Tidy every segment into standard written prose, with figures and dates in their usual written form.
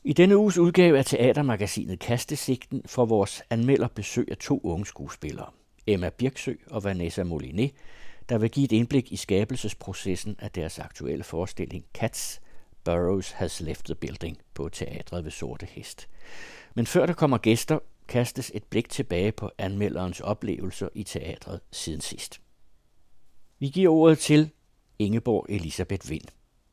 I denne uges udgave af teatermagasinet Kastesigten får vores anmelder besøg af to unge skuespillere, Emma Birksø og Vanessa Molinet, der vil give et indblik i skabelsesprocessen af deres aktuelle forestilling Cats, Burroughs Has Left the Building på teatret ved Sorte Hest. Men før der kommer gæster, kastes et blik tilbage på anmelderens oplevelser i teatret siden sidst. Vi giver ordet til Ingeborg Elisabeth Vind.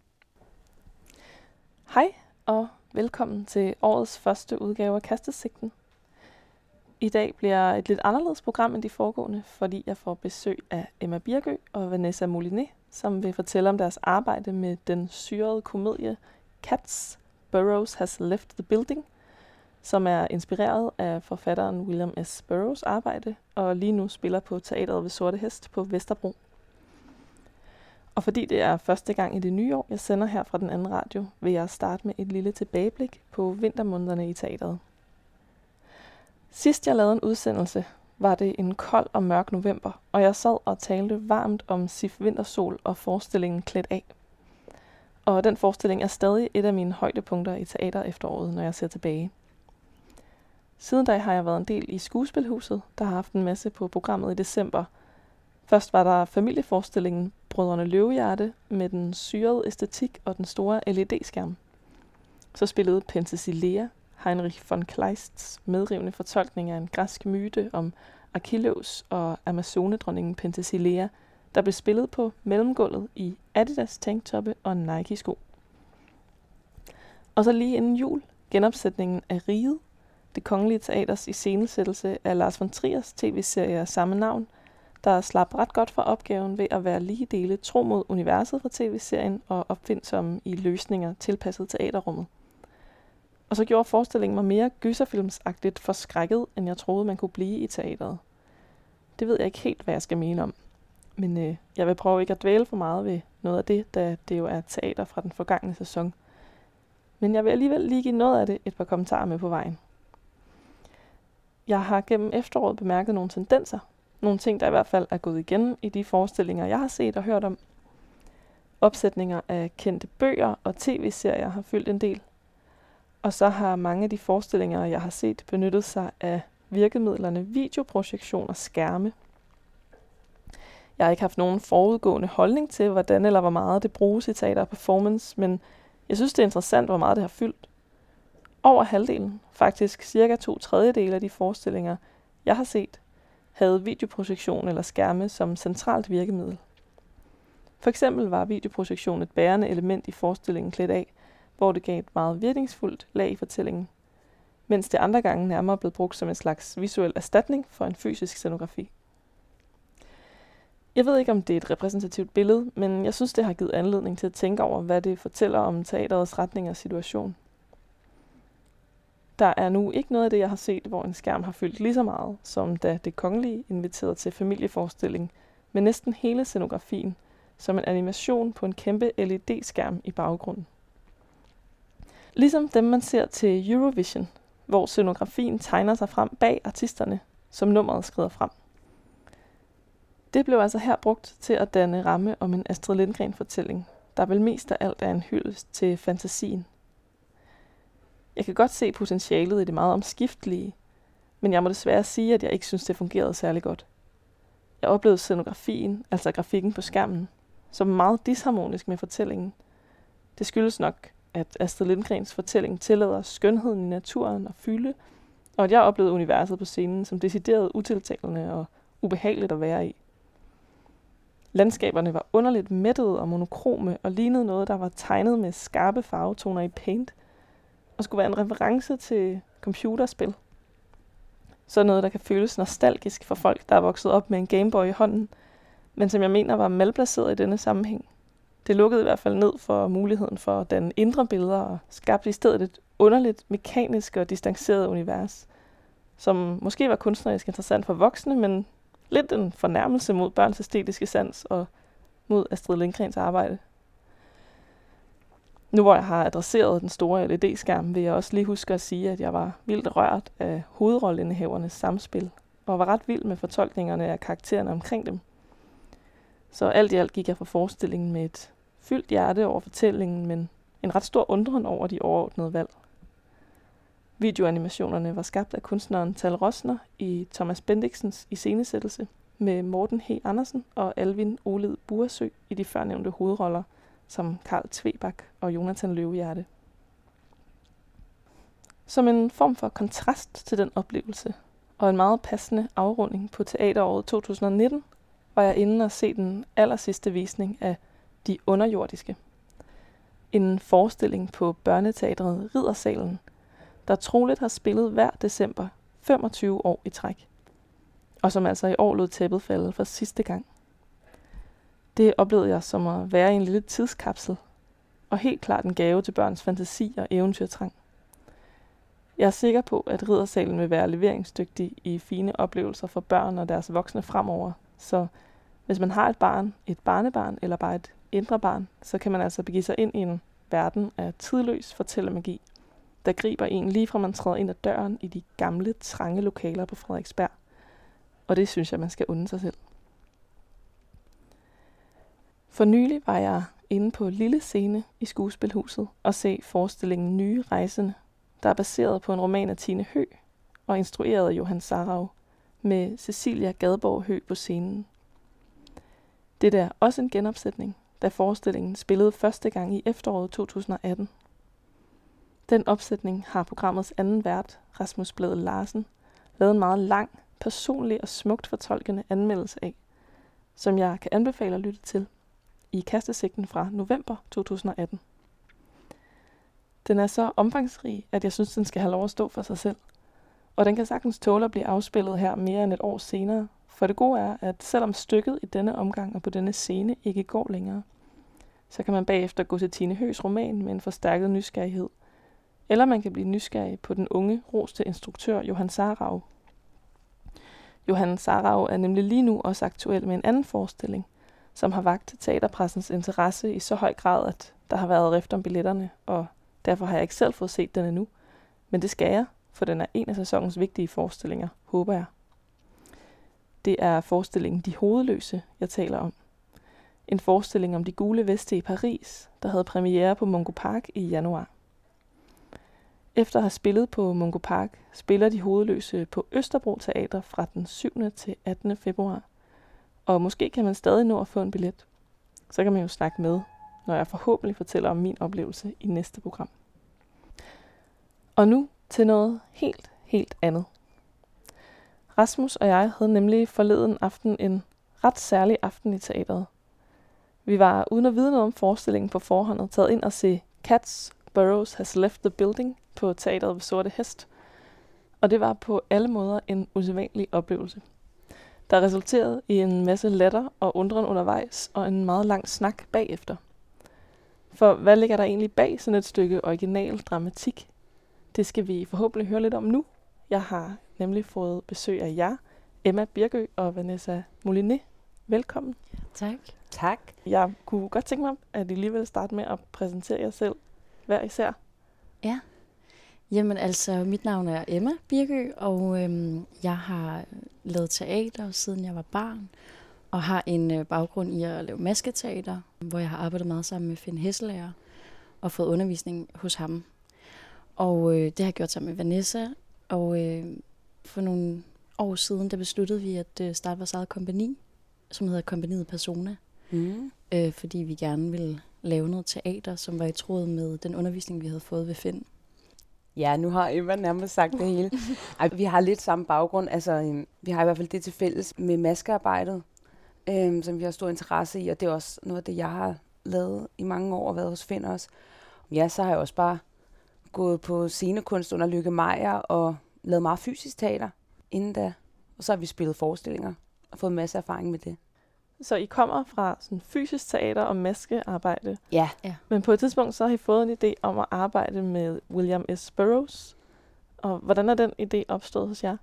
Hej og velkommen til årets første udgave af Kastesigten. I dag bliver et lidt anderledes program end de foregående, fordi jeg får besøg af Emma Birksø og Vanessa Molinet, som vil fortælle om deres arbejde med den syrede komedie Cats, Burroughs Has Left the Building, som er inspireret af forfatteren William S. Burroughs arbejde, og lige nu spiller på teatret ved Sorte Hest på Vesterbro. Og fordi det er første gang i det nye år, jeg sender her fra den anden radio, vil jeg starte med et lille tilbageblik på vintermånederne i teatret. Sidst jeg lavede en udsendelse, var det en kold og mørk november, og jeg sad og talte varmt om Sif Vintersol og forestillingen Klædt af. Og den forestilling er stadig et af mine højdepunkter i teater efteråret, når jeg ser tilbage. Siden da har jeg været en del i Skuespilhuset, der har haft en masse på programmet i december. Først var der familieforestillingen Brødrene Løvehjerte med den syrede æstetik og den store LED-skærm. Så spillede Penthesilea, Heinrich von Kleists medrivende fortolkning af en græsk myte om Achilleus og amazonedronningen Penthesilea, der blev spillet på mellemgulvet i Adidas tanktoppe og Nike-sko. Og så lige inden jul, genopsætningen af Riget, Det Kongelige Teaters iscenesættelse af Lars von Triers tv-serie af samme navn, der slap ret godt fra opgaven ved at være lige dele tro mod universet fra tv-serien og opfindsomme i løsninger tilpasset teaterrummet. Og så gjorde forestillingen mig mere gyserfilmsagtigt forskrækket, end jeg troede, man kunne blive i teateret. Det ved jeg ikke helt, hvad jeg skal mene om. Men jeg vil prøve ikke at dvæle for meget ved noget af det, da det jo er teater fra den forgangne sæson. Men jeg vil alligevel lige give noget af det et par kommentarer med på vejen. Jeg har gennem efteråret bemærket nogle tendenser. Nogle ting, der i hvert fald er gået igen i de forestillinger, jeg har set og hørt om. Opsætninger af kendte bøger og tv-serier har fyldt en del. Og så har mange af de forestillinger, jeg har set, benyttet sig af virkemidlerne videoprojektion og skærme. Jeg har ikke haft nogen forudgående holdning til, hvordan eller hvor meget det bruges i teater og performance, men jeg synes, det er interessant, hvor meget det har fyldt. Over halvdelen, faktisk cirka 2/3 af de forestillinger, jeg har set, havde videoprojektion eller skærme som centralt virkemiddel. For eksempel var videoprojektion et bærende element i forestillingen Klædt af, hvor det gav et meget virkningsfuldt lag i fortællingen, mens det andre gange nærmere blev brugt som en slags visuel erstatning for en fysisk scenografi. Jeg ved ikke, om det er et repræsentativt billede, men jeg synes, det har givet anledning til at tænke over, hvad det fortæller om teaterets retning og situation. Der er nu ikke noget af det, jeg har set, hvor en skærm har fyldt lige så meget, som da Det Kongelige inviterede til familieforestilling med næsten hele scenografien, som en animation på en kæmpe LED-skærm i baggrunden. Ligesom dem, man ser til Eurovision, hvor scenografien tegner sig frem bag artisterne, som nummeret skrider frem. Det blev altså her brugt til at danne ramme om en Astrid Lindgren-fortælling, der vel mest af alt er en hyldest til fantasien. Jeg kan godt se potentialet i det meget omskiftelige, men jeg må desværre sige, at jeg ikke synes, det fungerede særlig godt. Jeg oplevede scenografien, altså grafikken på skærmen, som meget disharmonisk med fortællingen. Det skyldes nok, at Astrid Lindgrens fortælling tillader skønheden i naturen og fylde, og at jeg oplevede universet på scenen som decideret utiltalende og ubehageligt at være i. Landskaberne var underligt mættede og monokrome og lignede noget, der var tegnet med skarpe farvetoner i paint, og skulle være en reference til computerspil. Så noget, der kan føles nostalgisk for folk, der er vokset op med en Gameboy i hånden, men som jeg mener var malplaceret i denne sammenhæng. Det lukkede i hvert fald ned for muligheden for at danne indre billeder og skabte i stedet et underligt, mekanisk og distanceret univers, som måske var kunstnerisk interessant for voksne, men lidt en fornærmelse mod børns æstetiske sans og mod Astrid Lindgrens arbejde. Nu hvor jeg har adresseret den store LED-skærm, vil jeg også lige huske at sige, at jeg var vildt rørt af hovedrolleindehavernes samspil, og var ret vild med fortolkningerne af karaktererne omkring dem. Så alt i alt gik jeg fra forestillingen med et fyldt hjerte over fortællingen, men en ret stor undren over de overordnede valg. Videoanimationerne var skabt af kunstneren Tal Rosner i Thomas Bendiksens iscenesættelse med Morten H. Andersen og Alvin Oled Buresø i de førnævnte hovedroller som Karl Tvebak og Jonathan Løvehjerte. Som en form for kontrast til den oplevelse og en meget passende afrunding på teateråret 2019, var jeg inde og se den allersidste visning af De Underjordiske. En forestilling på børneteatret Riddersalen, der troligt har spillet hver december 25 år i træk, og som altså i år lod tæppet falde for sidste gang. Det oplevede jeg som at være i en lille tidskapsel, og helt klart en gave til børns fantasi og eventyrtrang. Jeg er sikker på, at Riddersalen vil være leveringsdygtig i fine oplevelser for børn og deres voksne fremover, så hvis man har et barn, et barnebarn eller bare et indre barn, så kan man altså begive sig ind i en verden af tidløs fortællemagi, der griber en lige fra man træder ind ad døren i de gamle, trange lokaler på Frederiksberg. Og det synes jeg, man skal unde sig selv. For nylig var jeg inde på Lille Scene i Skuespilhuset og se forestillingen Nye Rejsende, der er baseret på en roman af Tine Høgh og instrueret af Johan Sarauw med Cecilia Gadborg Høgh på scenen. Det er også en genopsætning, da forestillingen spillede første gang i efteråret 2018. Den opsætning har programmets anden vært, Rasmus Blædel Larsen, lavet en meget lang, personlig og smukt fortolkende anmeldelse af, som jeg kan anbefale at lytte til i Kastesigten fra november 2018. Den er så omfangsrig, at jeg synes, den skal have lov at stå for sig selv. Og den kan sagtens tåle at blive afspillet her mere end et år senere, for det gode er, at selvom stykket i denne omgang og på denne scene ikke går længere, så kan man bagefter gå til Tine Høghs roman med en forstærket nysgerrighed. Eller man kan blive nysgerrig på den unge, roste instruktør Johan Sarauw. Johan Sarauw er nemlig lige nu også aktuel med en anden forestilling, som har vakt teaterpressens interesse i så høj grad, at der har været rift om billetterne, og derfor har jeg ikke selv fået set den endnu. Men det skal jeg, for den er en af sæsonens vigtige forestillinger, håber jeg. Det er forestillingen De Hovedløse, jeg taler om. En forestilling om de gule veste i Paris, der havde premiere på Mungo Park i januar. Efter at have spillet på Mungo Park, spiller De Hovedløse på Østerbro Teater fra den 7. til 18. februar. Og måske kan man stadig nå at få en billet. Så kan man jo snakke med, når jeg forhåbentlig fortæller om min oplevelse i næste program. Og nu til noget helt andet. Rasmus og jeg havde nemlig forleden aften en ret særlig aften i teateret. Vi var uden at vide noget om forestillingen på forhånd taget ind og se Cats, Burrows Has Left the Building på teateret ved Sorte Hest. Og det var på alle måder en usædvanlig oplevelse, der resulterede i en masse latter og undren undervejs og en meget lang snak bagefter. For hvad ligger der egentlig bag sådan et stykke original dramatik? Det skal vi forhåbentlig høre lidt om nu. Jeg har nemlig fået besøg af jer, Emma Birkø og Vanessa Molinet. Velkommen. Tak. Tak. Jeg kunne godt tænke mig, at I lige vil starte med at præsentere jer selv hver især. Ja. Jamen altså, mit navn er Emma Birkø, og jeg har lavet teater, siden jeg var barn, og har en baggrund i at lave masketeater, hvor jeg har arbejdet meget sammen med Finn Hesselager og fået undervisning hos ham. Og det har jeg gjort sammen med Vanessa, og for nogle år siden, der besluttede vi at starte vores eget kompagni, som hedder Kompagniet Persona, fordi vi gerne ville lave noget teater, som var i tråd med den undervisning, vi havde fået ved Finn. Ja, nu har Emma nærmest sagt det hele. Ej, vi har lidt samme baggrund. Altså, vi har i hvert fald det til fælles med maskearbejdet, som vi har stor interesse i, og det er også noget af det, jeg har lavet i mange år og været hos Finn også. Ja, så har jeg også bare gået på scenekunst under Lykke Meyer og lavet meget fysisk teater inden da. Og så har vi spillet forestillinger og fået en masse erfaring med det. Så I kommer fra sådan fysisk teater og maskearbejde. Ja. Men på et tidspunkt så har I fået en idé om at arbejde med William S. Burroughs. Og hvordan er den idé opstået hos jer?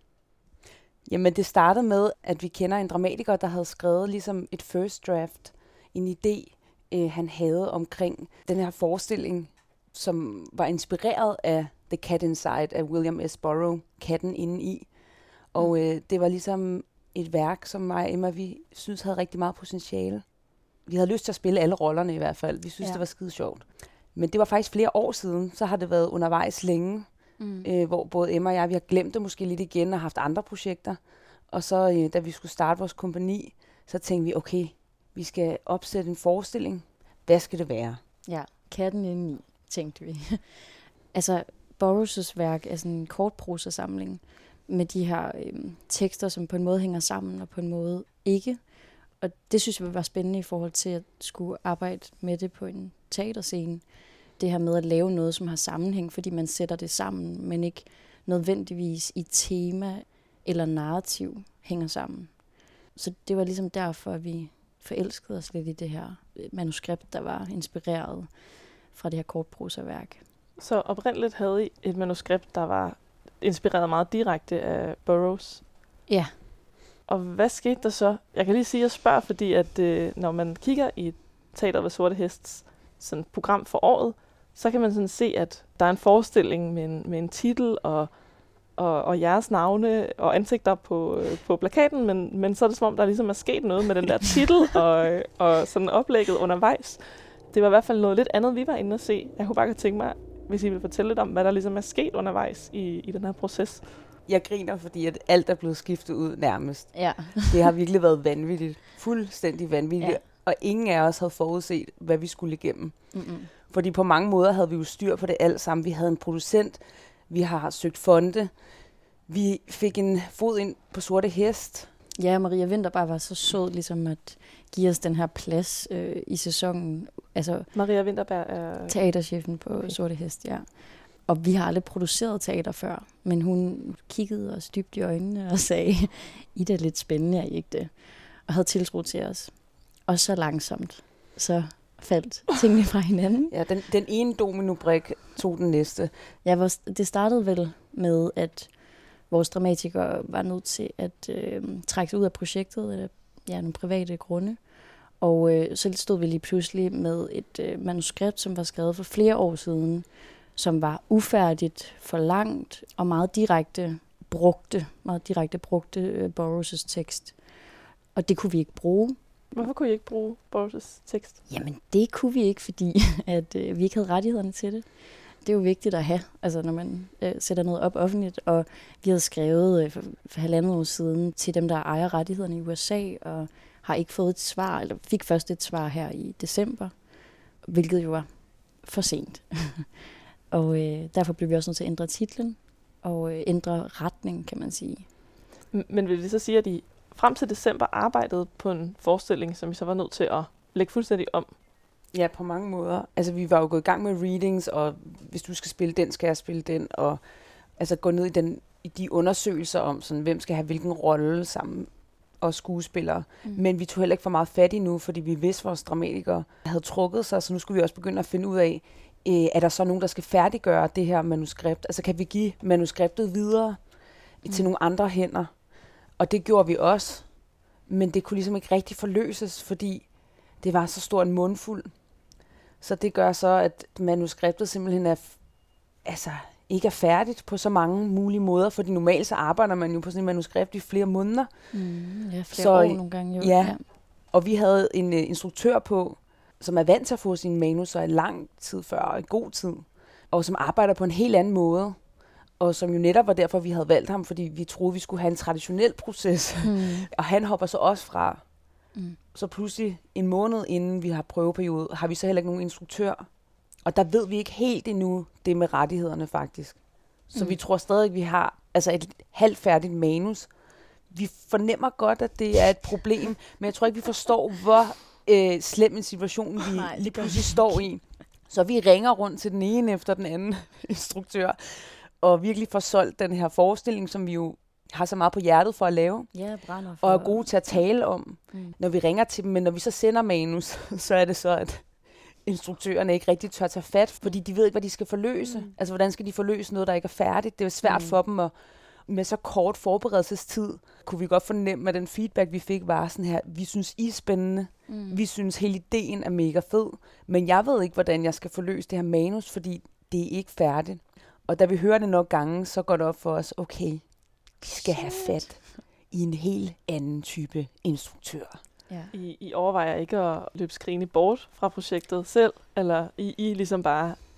Jamen det startede med, at vi kender en dramatiker, der havde skrevet ligesom et first draft. En idé, han havde omkring den her forestilling, som var inspireret af The Cat Inside af William S. Burroughs, Katten indeni. Og det var ligesom et værk, som mig og Emma, vi synes havde rigtig meget potentiale. Vi havde lyst til at spille alle rollerne i hvert fald. Vi synes, det var skide sjovt. Men det var faktisk flere år siden, så har det været undervejs længe. hvor både Emma og jeg, vi har glemt det måske lidt igen og haft andre projekter. Og så, da vi skulle starte vores kompagni, så tænkte vi, okay, vi skal opsætte en forestilling. Hvad skal det være? Ja, katten indeni, tænkte vi. Altså, Burroughs' værk er sådan en kortprosasamling med de her tekster, som på en måde hænger sammen, og på en måde ikke. Og det synes jeg var spændende i forhold til at skulle arbejde med det på en teaterscene. Det her med at lave noget, som har sammenhæng, fordi man sætter det sammen, men ikke nødvendigvis i tema eller narrativ hænger sammen. Så det var ligesom derfor, at vi forelskede os lidt i det her manuskript, der var inspireret fra det her kortprosaværk. Så oprindeligt havde I et manuskript, der var inspireret meget direkte af Burroughs. Ja. Og hvad skete der så? Jeg kan lige sige, at jeg spørger, fordi at når man kigger i Teater ved Sorte Hests sådan program for året, så kan man sådan se, at der er en forestilling med en titel og jeres navne og ansigter på plakaten, men så er det som om, der ligesom er sket noget med den der titel og sådan oplægget undervejs. Det var i hvert fald noget lidt andet, vi var inde at se. Jeg kunne bare tænke mig, hvis I vil fortælle lidt om, hvad der ligesom er sket undervejs i den her proces. Jeg griner, fordi at alt er blevet skiftet ud nærmest. Ja. Det har virkelig været vanvittigt. Fuldstændig vanvittigt. Ja. Og ingen af os havde forudset, hvad vi skulle igennem. Mm-mm. Fordi på mange måder havde vi jo styr på det alt sammen. Vi havde en producent, vi har søgt fonde, vi fik en fod ind på Sorte Hest. Ja, Maria Vinterberg var så sød ligesom at give os den her plads i sæsonen. Altså, Maria Vinterberg er teaterchefen på Sorte Hest, ja. Og vi har aldrig produceret teater før, men hun kiggede os dybt i øjnene og sagde, I det er lidt spændende, er I ikke det? Og havde tiltro til os. Og så langsomt, så faldt tingene fra hinanden. Ja, den ene dominobrik tog den næste. Ja, det startede vel med, at vores dramatikere var nødt til at trække sig ud af projektet, eller nogle private grunde. Og så stod vi lige pludselig med et manuskript, som var skrevet for flere år siden, som var ufærdigt, for langt og meget direkte brugte Burroughs' tekst. Og det kunne vi ikke bruge. Hvorfor kunne I ikke bruge Burroughs' tekst? Jamen, det kunne vi ikke, fordi at, vi ikke havde rettighederne til det. Det er jo vigtigt at have, altså når man sætter noget op offentligt. Og vi havde skrevet for 1,5 år siden til dem, der ejer rettighederne i USA, og har ikke fået et svar, eller fik først et svar her i december, hvilket jo var for sent. Og derfor blev vi også nødt til at ændre titlen og ændre retning, kan man sige. Men vil det så sige, at I frem til december arbejdede på en forestilling, som I så var nødt til at lægge fuldstændig om? Ja, på mange måder. Altså, vi var jo gået i gang med readings, og hvis du skal spille den, skal jeg spille den, og altså gå ned i de undersøgelser om, sådan, hvem skal have hvilken rolle sammen, og skuespillere. Men vi tog heller ikke for meget fat i nu, fordi vi vidste, at vores dramatikere havde trukket sig, så nu skulle vi også begynde at finde ud af, er der så nogen, der skal færdiggøre det her manuskript? Altså, kan vi give manuskriptet videre til nogle andre hænder? Og det gjorde vi også, men det kunne ligesom ikke rigtig forløses, fordi det var så stor en mundfuld. Så det gør så, at manuskriptet simpelthen ikke er færdigt på så mange mulige måder, fordi normalt så arbejder man jo på sådan et manuskript i flere måneder. Ja, flere år nogle gange jo. Ja, og vi havde en instruktør på, som er vant til at få sine manuser i lang tid før, og i god tid, og som arbejder på en helt anden måde, og som jo netop var derfor, vi havde valgt ham, fordi vi troede, vi skulle have en traditionel proces. Og han hopper så også fra. Så pludselig en måned inden vi har prøveperiode, har vi så heller ikke nogen instruktør. Og der ved vi ikke helt endnu det med rettighederne faktisk. Så vi tror stadig, at vi har et halvfærdigt manus. Vi fornemmer godt, at det er et problem, men jeg tror ikke, vi forstår, hvor slem en situation vi lige pludselig står i. Så vi ringer rundt til den ene efter den anden instruktør, og virkelig får solgt den her forestilling, som vi jo har så meget på hjertet for at lave, brænder for, og er gode til at tale om, når vi ringer til dem. Men når vi så sender manus, så er det så, at instruktørerne ikke rigtig tør tage fat, fordi de ved ikke, hvad de skal forløse. Altså, hvordan skal de forløse noget, der ikke er færdigt? Det er svært for dem, og med så kort forberedelsestid, kunne vi godt fornemme, at den feedback, vi fik, var sådan her, vi synes, I er spændende. Vi synes, hele ideen er mega fed, men jeg ved ikke, hvordan jeg skal forløse det her manus, fordi det er ikke færdigt. Og da vi hører det nok gange, så går det op for os, okay, vi skal have fat i en helt anden type instruktør. Ja. I overvejer ikke at løbe skrigende bort fra projektet selv, eller I ligesom bare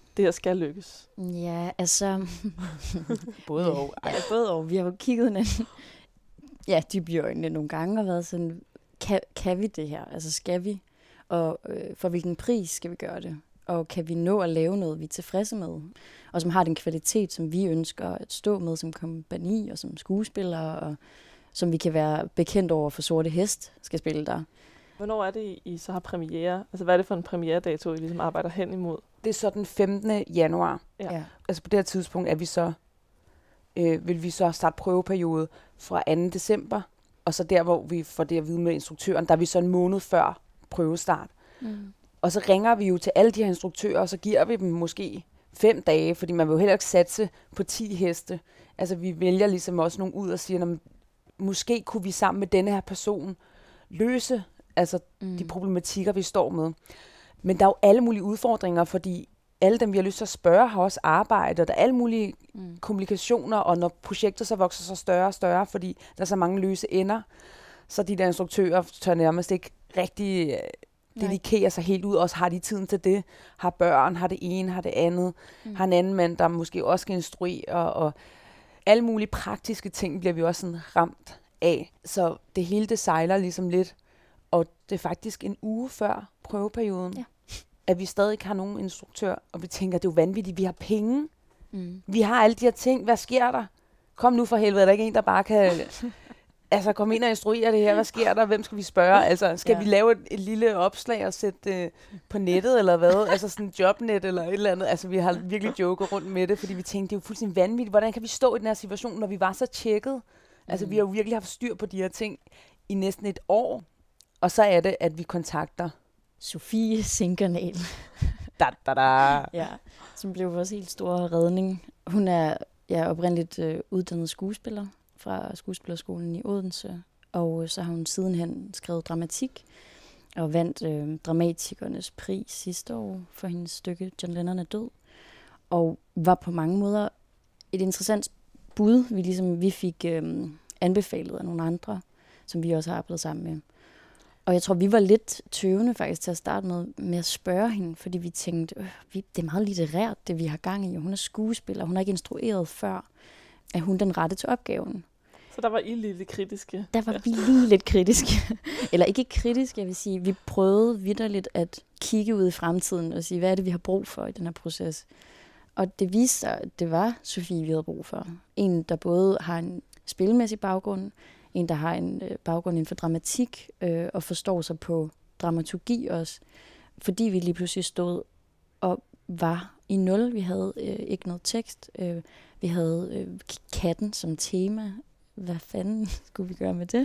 det her skal lykkes? Ja, altså... Både og. Ja, både og. Vi har jo kigget hinanden dybt i øjnene nogle gange og været sådan, kan vi det her? Altså skal vi? Og for hvilken pris skal vi gøre det? Og kan vi nå at lave noget, vi er tilfredse med? Og som har den kvalitet, som vi ønsker at stå med som kompagni og som skuespillere, og som vi kan være bekendt over for Sorte Hest skal spille der. Hvornår er det, I så har premiere? Altså, hvad er det for en premieredato, I ligesom arbejder hen imod? Det er så den 15. januar. Ja. Altså på det her tidspunkt er vi så, vil vi så starte prøveperiode fra 2. december, og så der, hvor vi får det at vide med instruktøren, der er vi så en måned før prøvestart. Mm. Og så ringer vi jo til alle de her instruktører, og så giver vi dem måske 5 dage, fordi man vil jo heller ikke satse på 10 heste. Altså vi vælger ligesom også nogle ud og siger, måske kunne vi sammen med denne her person løse de problematikker, vi står med. Men der er jo alle mulige udfordringer, fordi alle dem, vi har lyst til at spørge, har også arbejde, og der er alle mulige kommunikationer, og når projektet så vokser så større og større, fordi der er så mange løse ender, så de der instruktører tør nærmest ikke rigtig dedikere sig helt ud, også har de tiden til det, har børn, har det ene, har det andet, har en anden mand, der måske også skal instruere, og alle mulige praktiske ting bliver vi også sådan ramt af. Så det hele det sejler ligesom lidt, og det er faktisk en uge før prøveperioden, at vi stadig ikke har nogen instruktør, og vi tænker, det er jo vanvittigt, vi har penge, vi har alle de her ting, hvad sker der? Kom nu for helvede, er der ikke en, der bare kan komme ind og instruere det her, hvad sker der, hvem skal vi spørge? Altså, skal vi lave et lille opslag og sætte det på nettet, eller hvad? Altså sådan en jobnet eller et eller andet. Altså, vi har virkelig joket rundt med det, fordi vi tænkte, det er jo fuldstændig vanvittigt. Hvordan kan vi stå i den her situation, når vi var så tjekket? Altså, vi har jo virkelig haft styr på de her ting i næsten et år. Og så er det, at vi kontakter Sofie Sinkernal. Ja, som blev vores helt store redning. Hun er oprindeligt uddannet skuespiller fra Skuespillerskolen i Odense, og så har hun sidenhen skrevet dramatik og vandt Dramatikernes pris sidste år for hendes stykke John Lennon er død, og var på mange måder et interessant bud, vi fik anbefalet af nogle andre, som vi også har arbejdet sammen med. Og jeg tror, vi var lidt tøvende faktisk til at starte med at spørge hende, fordi vi tænkte, det er meget litterært, det vi har gang i. Hun er skuespiller, hun har ikke instrueret før. Er hun den rette til opgaven? Så der var I lidt kritiske? Der var vi lige lidt kritiske. Eller ikke kritiske, jeg vil sige. Vi prøvede vitterligt at kigge ud i fremtiden og sige, hvad er det, vi har brug for i den her proces? Og det viste sig, at det var Sofie, vi havde brug for. En, der både har en spilmæssig baggrund, en, der har en baggrund inden for dramatik, og forstår sig på dramaturgi også. Fordi vi lige pludselig stod og var i nul. Vi havde ikke noget tekst. Vi havde katten som tema. Hvad fanden skulle vi gøre med det?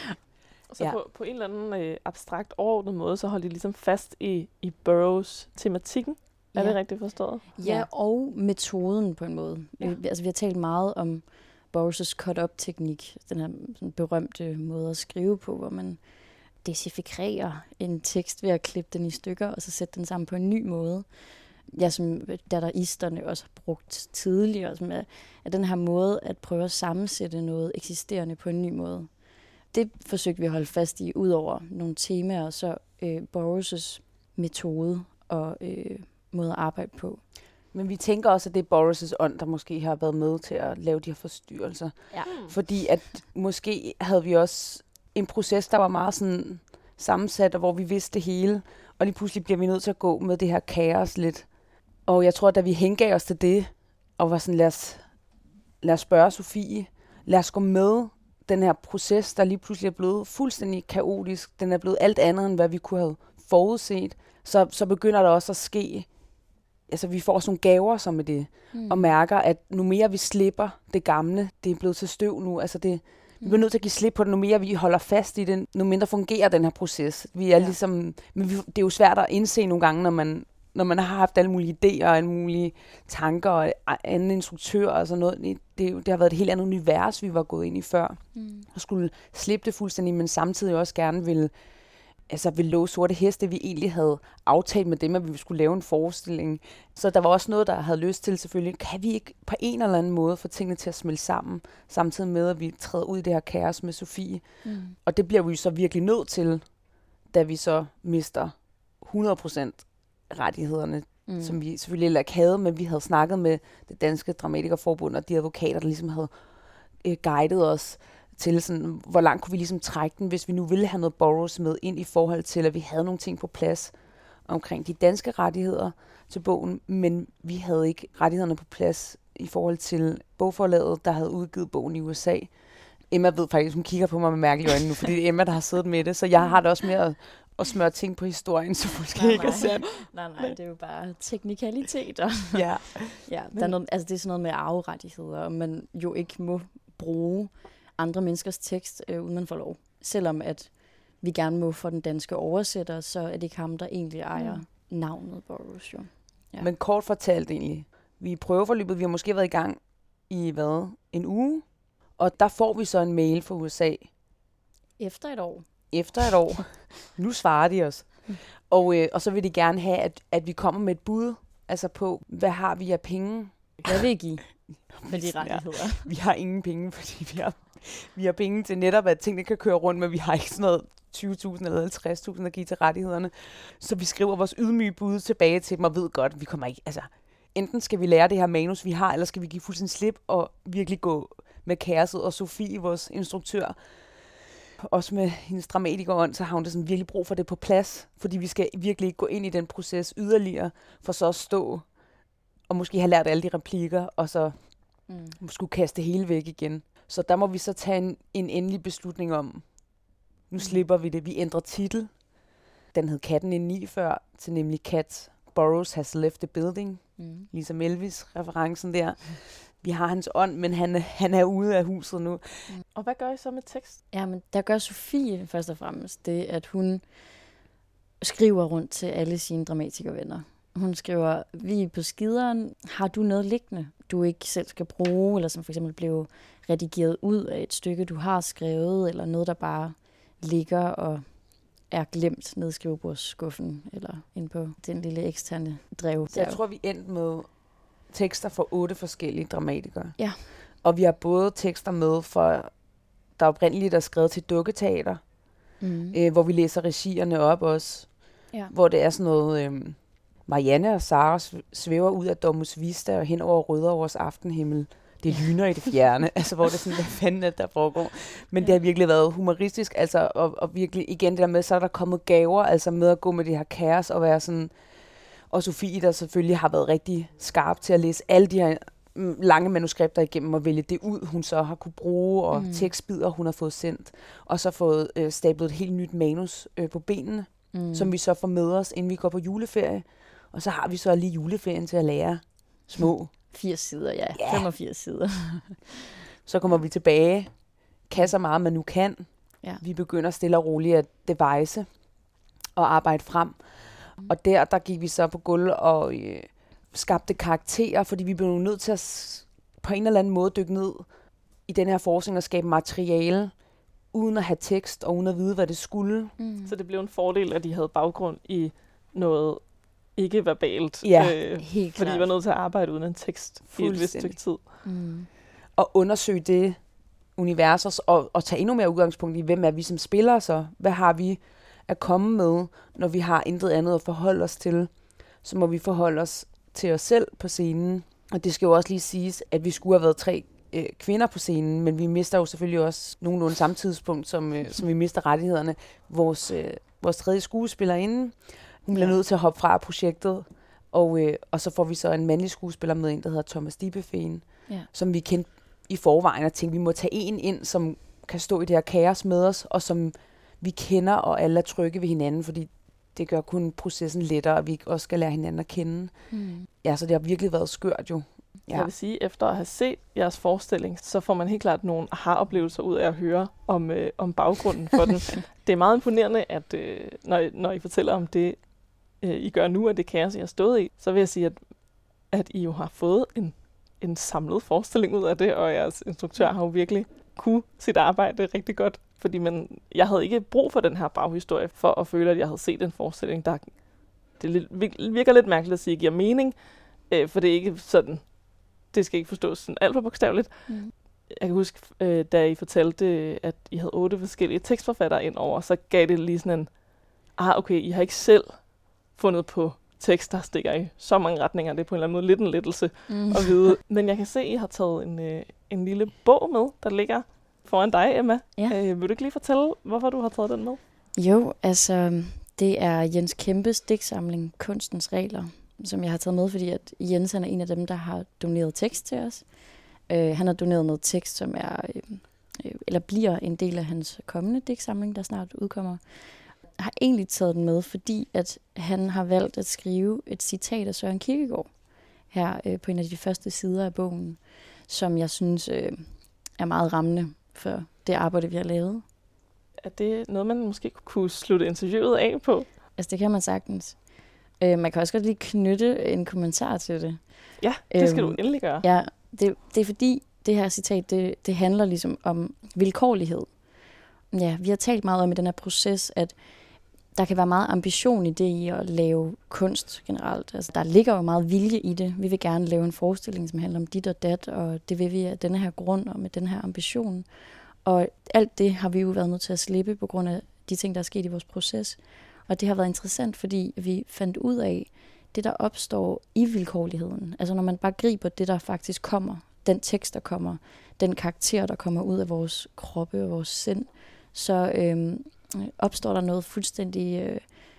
Så på en eller anden abstrakt overordnet måde, så holdt I ligesom fast i Burroughs-tematikken. Er det rigtigt forstået? Ja, og metoden på en måde. Ja. Vi har talt meget om Burroughs' cut-up-teknik, den her sådan berømte måde at skrive på, hvor man decifikerer en tekst ved at klippe den i stykker, og så sætte den sammen på en ny måde. Som dadaisterne også har brugt tidligere, som er den her måde at prøve at sammensætte noget eksisterende på en ny måde. Det forsøgte vi at holde fast i, ud over nogle temaer, og så Burroughs' metode og måde at arbejde på. Men vi tænker også, at det er Burroughs' ånd, der måske har været med til at lave de her forstyrrelser. Ja. Fordi at måske havde vi også en proces, der var meget sådan sammensat, og hvor vi vidste det hele. Og lige pludselig bliver vi nødt til at gå med det her kaos lidt. Og jeg tror, da vi hengav os til det, og var sådan, lad os spørge Sofie, lad os gå med den her proces, der lige pludselig er blevet fuldstændig kaotisk. Den er blevet alt andet, end hvad vi kunne have forudset. Så begynder der også at ske, altså vi får sådan nogle gaver som med det, og mærker, at nu mere vi slipper det gamle, det er blevet til støv nu, altså vi bliver nødt til at give slip på det, nu mere vi holder fast i det, nu mindre fungerer den her proces. Vi er ligesom, men det er jo svært at indse nogle gange, når man har haft alle mulige idéer og alle mulige tanker og anden instruktør og sådan noget. Det har været et helt andet univers, vi var gået ind i før. Og skulle slippe det fuldstændig, men samtidig også gerne ville love Sorte Heste, vi egentlig havde aftalt med dem, at vi skulle lave en forestilling. Så der var også noget, der havde lyst til selvfølgelig, kan vi ikke på en eller anden måde få tingene til at smelte sammen, samtidig med, at vi træder ud i det her kaos med Sofie. Og det bliver vi så virkelig nødt til, da vi så mister 100% rettighederne som vi selvfølgelig heller ikke havde, men vi havde snakket med det Danske Dramatikerforbund og de advokater, der ligesom havde guidet os til, sådan, hvor langt kunne vi ligesom trække den, hvis vi nu ville have noget Burroughs med ind i forhold til, at vi havde nogle ting på plads omkring de danske rettigheder til bogen, men vi havde ikke rettighederne på plads i forhold til bogforlaget, der havde udgivet bogen i USA. Emma ved faktisk, hun kigger på mig med mærkelige øjne nu, fordi det er Emma, der har siddet med det, så jeg har det også med at smøre ting på historien, så måske ikke er sandt. Nej, det er jo bare teknikaliteter. Ja. Ja, der er noget, altså det er sådan noget med arverettigheder, og man jo ikke må bruge andre menneskers tekst, uden man får lov. Selvom at vi gerne må for den danske oversætter, så er det ikke ham, der egentlig ejer navnet Burroughs. Jo. Ja. Men kort fortalt egentlig, vi er i prøveforløbet, vi har måske været i gang i en uge, og der får vi så en mail fra USA. Efter et år. Nu svarer de os. Og så vil de gerne have, at vi kommer med et bud, altså på, hvad har vi af penge? Hvad vil I give med de rettigheder? Ja, vi har ingen penge, fordi vi har penge til netop, at tingene kan køre rundt, men vi har ikke sådan noget 20.000 eller 50.000 at give til rettighederne. Så vi skriver vores ydmyge bud tilbage til dem og ved godt, vi kommer ikke, altså enten skal vi lære det her manus, vi har, eller skal vi give fuldstændig slip og virkelig gå med kaoset. Og Sofie, vores instruktør, også med hendes dramatiker, så har hun det sådan virkelig brug for det på plads, fordi vi skal virkelig ikke gå ind i den proces yderligere, for så at stå og måske have lært alle de replikker, og så skulle kaste det hele væk igen. Så der må vi så tage en endelig beslutning om, nu slipper vi det. Vi ændrer titel. Den hed Katten inde i før, til nemlig Cat Burroughs Has Left the Building. Ligesom Elvis-referencen der. Vi har hans ånd, men han er ude af huset nu. Og hvad gør I så med tekst? Ja, men der gør Sofie først og fremmest det, at hun skriver rundt til alle sine dramatikervenner. Hun skriver, vi er på skideren, har du noget liggende, du ikke selv skal bruge, eller som for eksempel blev redigeret ud af et stykke, du har skrevet, eller noget, der bare ligger og er glemt ned i skrivebordsskuffen, eller ind på den lille eksterne drev. Så jeg tror, vi endte med tekster fra 8 forskellige dramatikere. Ja. Og vi har både tekster med fra, der oprindeligt er skrevet til dukketeater, hvor vi læser regierne op også, hvor det er sådan noget, Marianne og Sara svæver ud af Domus Vista og hen over Rødovres aftenhimmel. Det lyner i det fjerne, altså hvor det er sådan, hvad fanden er der foregår. Men det har virkelig været humoristisk, altså, og virkelig igen det der med, så er der kommet gaver, altså med at gå med det her kaos og være sådan. Og Sofie, der selvfølgelig har været rigtig skarp til at læse alle de her lange manuskripter igennem og vælge det ud, hun så har kunne bruge, og tekstbider, hun har fået sendt. Og så fået stablet et helt nyt manus på benene, som vi så får med os, inden vi går på juleferie. Og så har vi så lige juleferien til at lære små 80 sider, ja. 85 sider. Så kommer vi tilbage, kan så meget man nu kan. Ja. Vi begynder stille og roligt at devise og arbejde frem. Og der gik vi så på gulv og skabte karakterer, fordi vi blev nødt til at på en eller anden måde dykke ned i den her forskning og skabe materiale, uden at have tekst og uden at vide, hvad det skulle. Så det blev en fordel, at de havde baggrund i noget ikke verbalt, helt fordi de var nødt til at arbejde uden en tekst i et vist stykke tid. Og undersøge det univers og tage endnu mere udgangspunkt i, hvem er vi som spillere så? Hvad har vi at komme med, når vi har intet andet at forholde os til? Så må vi forholde os til os selv på scenen. Og det skal jo også lige siges, at vi skulle have været 3 kvinder på scenen, men vi mister jo selvfølgelig også nogenlunde samme tidspunkt, som vi mister rettighederne. Vores tredje skuespillerinde, hun bliver nødt til at hoppe fra projektet, og så får vi så en mandlig skuespiller med ind, der hedder Thomas Dibefeen, som vi kendte i forvejen, og tænkte, vi må tage en ind, som kan stå i det her kaos med os, og som vi kender, og alle er trygge ved hinanden, fordi det gør kun processen lettere, og vi også skal lære hinanden at kende. Ja, så det har virkelig været skørt jo. Ja. Jeg vil sige, efter at have set jeres forestilling, så får man helt klart nogle aha-oplevelser ud af at høre om baggrunden for den. Det er meget imponerende, at når I fortæller om det, I gør nu, og det kaos, I har stået i, så vil jeg sige, at I jo har fået en samlet forestilling ud af det, og jeres instruktør har jo virkelig kunne sit arbejde rigtig godt. Fordi jeg havde ikke brug for den her baghistorie, for at føle, at jeg havde set en forestilling, det virker lidt mærkeligt at sige, giver mening, for det er ikke sådan, det skal ikke forstås sådan alt for bogstaveligt. Jeg kan huske, da I fortalte, at I havde 8 forskellige tekstforfattere ind over, så gav det lige sådan en, okay, I har ikke selv fundet på tekst, der stikker i så mange retninger. Det er på en eller anden måde lidt en lettelse at vide. Men jeg kan se, at I har taget en lille bog med, der ligger foran dig, Emma. Ja. Vil du ikke lige fortælle, hvorfor du har taget den med? Jo, altså det er Jens Kæmpes digtsamling Kunstens Regler, som jeg har taget med, fordi at Jens han er en af dem, der har doneret tekst til os. Han har doneret noget tekst, som er eller bliver en del af hans kommende digtsamling, der snart udkommer. Jeg har egentlig taget den med, fordi at han har valgt at skrive et citat af Søren Kierkegaard her på en af de første sider af bogen, som jeg synes er meget rammende for det arbejde, vi har lavet. Er det noget, man måske kunne slutte interviewet af på? Altså, det kan man sagtens. Man kan også godt lige knytte en kommentar til det. Ja, det skal du endelig gøre. Ja, det er fordi, det her citat, det handler ligesom om vilkårlighed. Ja, vi har talt meget om i den her proces, at der kan være meget ambition i det i at lave kunst generelt. Altså, der ligger jo meget vilje i det. Vi vil gerne lave en forestilling, som handler om dit og dat, og det vil vi af denne her grund og med den her ambition. Og alt det har vi jo været nødt til at slippe på grund af de ting, der er sket i vores proces. Og det har været interessant, fordi vi fandt ud af det, der opstår i vilkårligheden. Altså når man bare griber det, der faktisk kommer, den tekst, der kommer, den karakter, der kommer ud af vores kroppe og vores sind, så opstår der noget fuldstændig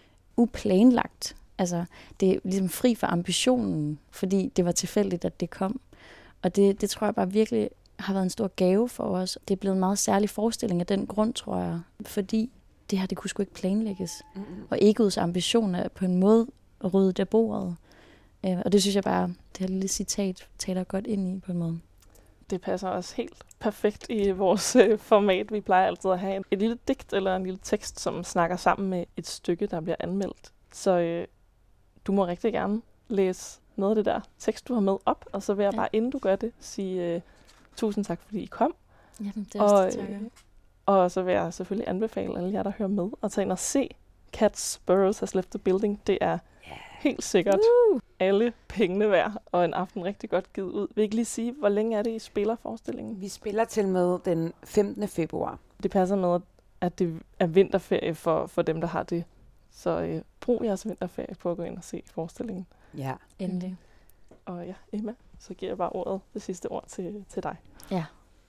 uplanlagt. Altså det er ligesom fri for ambitionen, fordi det var tilfældigt, at det kom. Og det tror jeg bare virkelig har været en stor gave for os. Det er blevet en meget særlig forestilling af den grund, tror jeg, fordi det her, det kunne sgu ikke planlægges. Og egoets ambition er på en måde at rydde det bordet. Og det synes jeg bare, det her lille citat taler godt ind i på en måde. Det passer også helt perfekt i vores format. Vi plejer altid at have et lille digt eller en lille tekst, som snakker sammen med et stykke, der bliver anmeldt. Så du må rigtig gerne læse noget af det der tekst, du har med op, og så vil jeg bare, inden du gør det, sige tusind tak, fordi I kom. Jamen, det er også det, og så vil jeg selvfølgelig anbefale alle jer, der hører med, at tage ind og se Cats Burrows Has Left the Building. Det er helt sikkert alle pengene værd, og en aften rigtig godt givet ud. Vil I ikke lige sige, hvor længe er det, I spiller forestillingen? Vi spiller til med den 15. februar. Det passer med, at det er vinterferie for dem, der har det. Så brug jeres vinterferie på at gå ind og se forestillingen. Ja. Endelig. Og ja, Emma, så giver jeg bare det sidste ord til dig. Ja.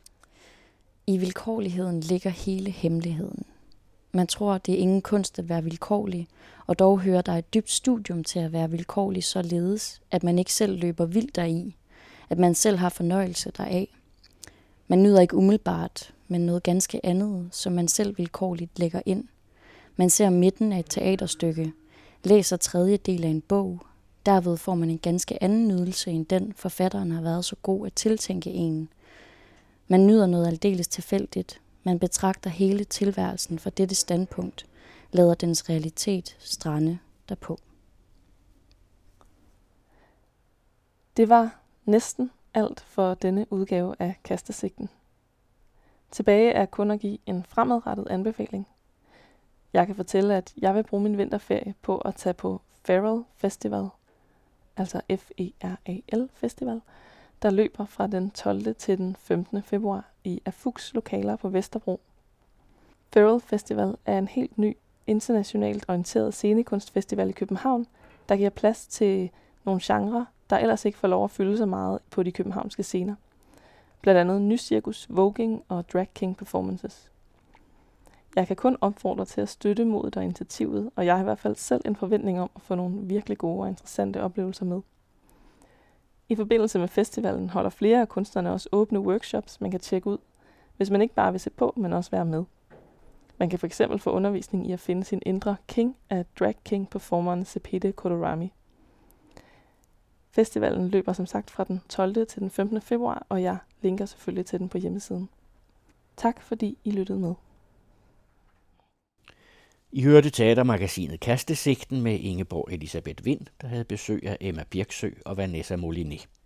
I vilkårligheden ligger hele hemmeligheden. Man tror, det er ingen kunst at være vilkårlig, og dog hører der et dybt studium til at være vilkårlig således, at man ikke selv løber vildt deri, at man selv har fornøjelse deraf. Man nyder ikke umiddelbart, men noget ganske andet, som man selv vilkårligt lægger ind. Man ser midten af et teaterstykke, læser tredje del af en bog. Derved får man en ganske anden nydelse end den, forfatteren har været så god at tiltænke en. Man nyder noget aldeles tilfældigt. Man betragter hele tilværelsen fra dette standpunkt, lader dens realitet strande derpå. Det var næsten alt for denne udgave af Kastesigten. Tilbage er kun at give en fremadrettet anbefaling. Jeg kan fortælle, at jeg vil bruge min vinterferie på at tage på Feral Festival, altså F-E-R-A-L Festival, der løber fra den 12. til den 15. februar i Afux lokaler på Vesterbro. Feral Festival er en helt ny, internationalt orienteret scenekunstfestival i København, der giver plads til nogle genrer, der ellers ikke får lov at fylde så meget på de københavnske scener. Blandt andet nycirkus, voging og drag king performances. Jeg kan kun opfordre til at støtte modet og initiativet, og jeg har i hvert fald selv en forventning om at få nogle virkelig gode og interessante oplevelser med. I forbindelse med festivalen holder flere af kunstnerne også åbne workshops, man kan tjekke ud, hvis man ikke bare vil se på, men også være med. Man kan fx få undervisning i at finde sin indre king af drag king performeren Sepede Kodorami. Festivalen løber som sagt fra den 12. til den 15. februar, og jeg linker selvfølgelig til den på hjemmesiden. Tak fordi I lyttede med. I hørte teatermagasinet Kastesigten med Ingeborg Elisabeth Vind, der havde besøg af Emma Birksø og Vanessa Molinet.